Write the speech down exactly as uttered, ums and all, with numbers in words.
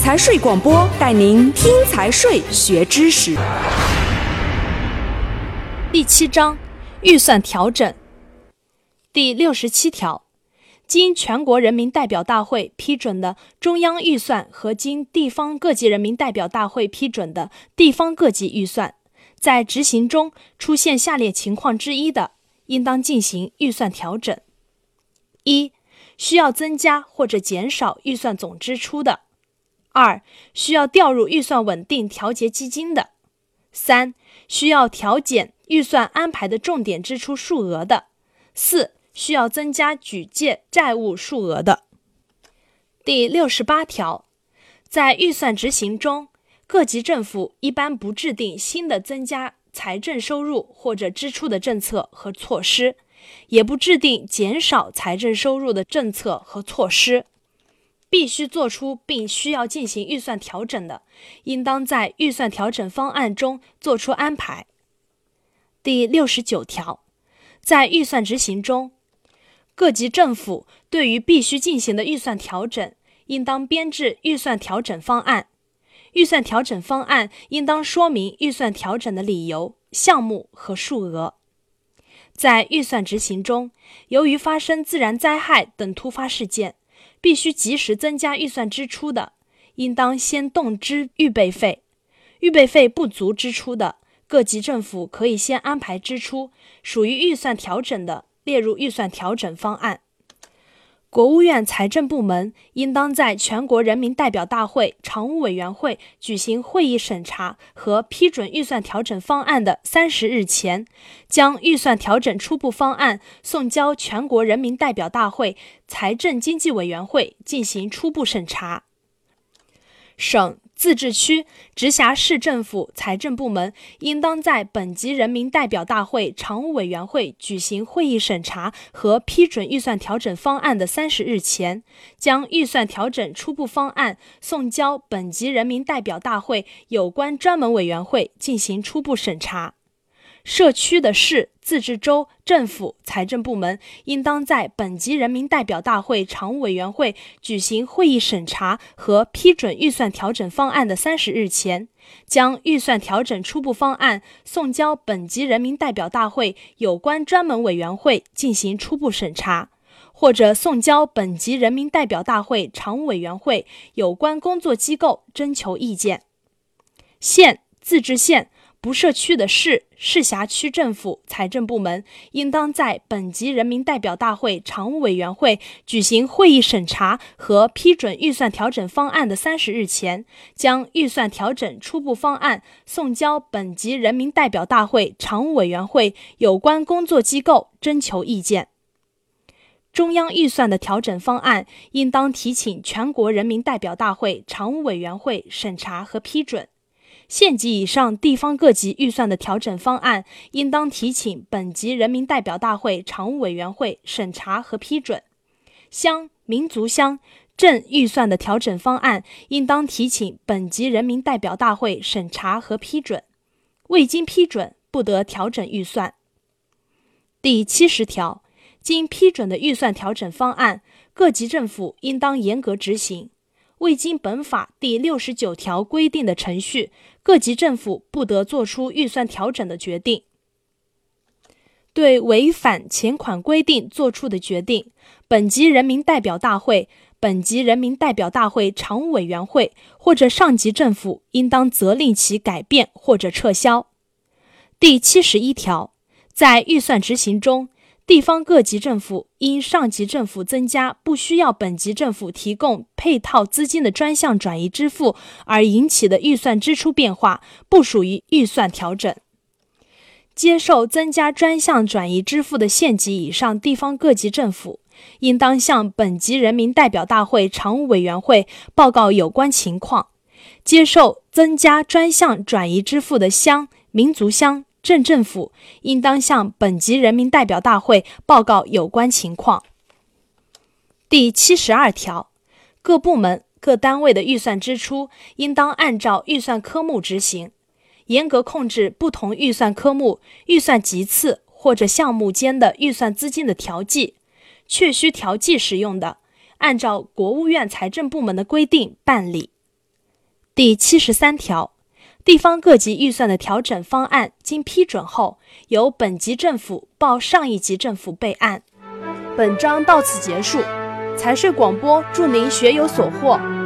财税广播带您听财税学知识。 第七章预算调整。第六十七条，经全国人民代表大会批准的中央预算和经地方各级人民代表大会批准的地方各级预算，在执行中出现下列情况之一的，应当进行预算调整：一、需要增加或者减少预算总支出的；二、需要调入预算稳定调节基金的；三、需要调减预算安排的重点支出数额的；四、需要增加举借债务数额的。第六十八条，在预算执行中，各级政府一般不制定新的增加财政收入或者支出的政策和措施，也不制定减少财政收入的政策和措施。必须做出并需要进行预算调整的，应当在预算调整方案中做出安排。第六十九条，在预算执行中，各级政府对于必须进行的预算调整，应当编制预算调整方案。预算调整方案应当说明预算调整的理由、项目和数额。在预算执行中，由于发生自然灾害等突发事件，必须及时增加预算支出的，应当先动支预备费；预备费不足支出的，各级政府可以先安排支出，属于预算调整的，列入预算调整方案。国务院财政部门应当在全国人民代表大会常务委员会举行会议审查和批准预算调整方案的三十日前，将预算调整初步方案送交全国人民代表大会财政经济委员会进行初步审查。省、自治区、直辖市政府财政部门应当在本级人民代表大会常务委员会举行会议审查和批准预算调整方案的三十日前，将预算调整初步方案送交本级人民代表大会有关专门委员会进行初步审查。社区的市、自治州政府财政部门应当在本级人民代表大会常务委员会举行会议审查和批准预算调整方案的三十日前，将预算调整初步方案送交本级人民代表大会有关专门委员会进行初步审查，或者送交本级人民代表大会常务委员会有关工作机构征求意见。县、自治县不设区的市、市辖区政府财政部门应当在本级人民代表大会常务委员会举行会议审查和批准预算调整方案的三十日前，将预算调整初步方案送交本级人民代表大会常务委员会有关工作机构征求意见。中央预算的调整方案应当提请全国人民代表大会常务委员会审查和批准。县级以上地方各级预算的调整方案应当提请本级人民代表大会常务委员会审查和批准。乡、民族乡、镇预算的调整方案应当提请本级人民代表大会审查和批准，未经批准不得调整预算。第七十条，经批准的预算调整方案，各级政府应当严格执行。未经本法第六十九条规定的程序，各级政府不得作出预算调整的决定。对违反前款规定作出的决定，本级人民代表大会、本级人民代表大会常务委员会或者上级政府应当责令其改变或者撤销。第七十一条，在预算执行中，地方各级政府因上级政府增加不需要本级政府提供配套资金的专项转移支付而引起的预算支出变化，不属于预算调整。接受增加专项转移支付的县级以上地方各级政府，应当向本级人民代表大会常务委员会报告有关情况。接受增加专项转移支付的乡、民族乡、镇政府应当向本级人民代表大会报告有关情况。第七十二条，各部门、各单位的预算支出应当按照预算科目执行，严格控制不同预算科目、预算级次或者项目间的预算资金的调剂，确需调剂使用的，按照国务院财政部门的规定办理。 第七十三条，地方各级预算的调整方案经批准后，由本级政府报上一级政府备案。本章到此结束。财税广播祝您学有所获。